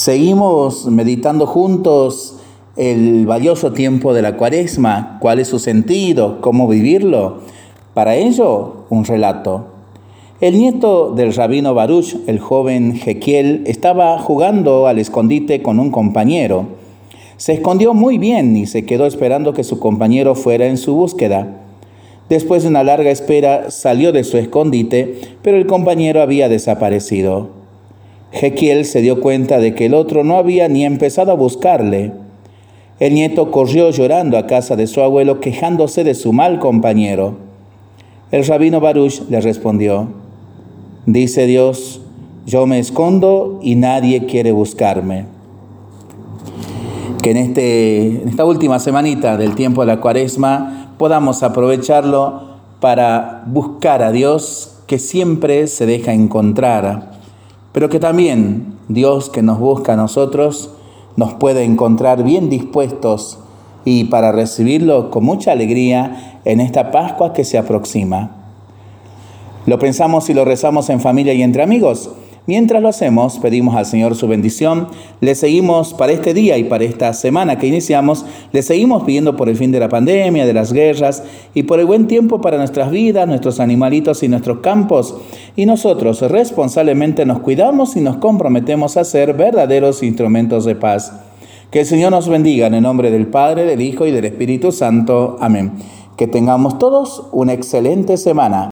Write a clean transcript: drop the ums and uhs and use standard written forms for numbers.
Seguimos meditando juntos el valioso tiempo de la Cuaresma, cuál es su sentido, cómo vivirlo. Para ello, un relato. El nieto del rabino Baruch, el joven Jequiel, estaba jugando al escondite con un compañero. Se escondió muy bien y se quedó esperando que su compañero fuera en su búsqueda. Después de una larga espera, salió de su escondite, pero el compañero había desaparecido. Jequiel se dio cuenta de que el otro no había ni empezado a buscarle. El nieto corrió llorando a casa de su abuelo, quejándose de su mal compañero. El rabino Baruch le respondió: dice Dios, yo me escondo y nadie quiere buscarme. Que en esta última semanita del tiempo de la Cuaresma podamos aprovecharlo para buscar a Dios, que siempre se deja encontrar, pero que también Dios, que nos busca a nosotros, nos puede encontrar bien dispuestos y para recibirlo con mucha alegría en esta Pascua que se aproxima. Lo pensamos y lo rezamos en familia y entre amigos. Mientras lo hacemos, pedimos al Señor su bendición. Le seguimos para este día y para esta semana que iniciamos, le seguimos pidiendo por el fin de la pandemia, de las guerras y por el buen tiempo para nuestras vidas, nuestros animalitos y nuestros campos. Y nosotros responsablemente nos cuidamos y nos comprometemos a ser verdaderos instrumentos de paz. Que el Señor nos bendiga en el nombre del Padre, del Hijo y del Espíritu Santo. Amén. Que tengamos todos una excelente semana.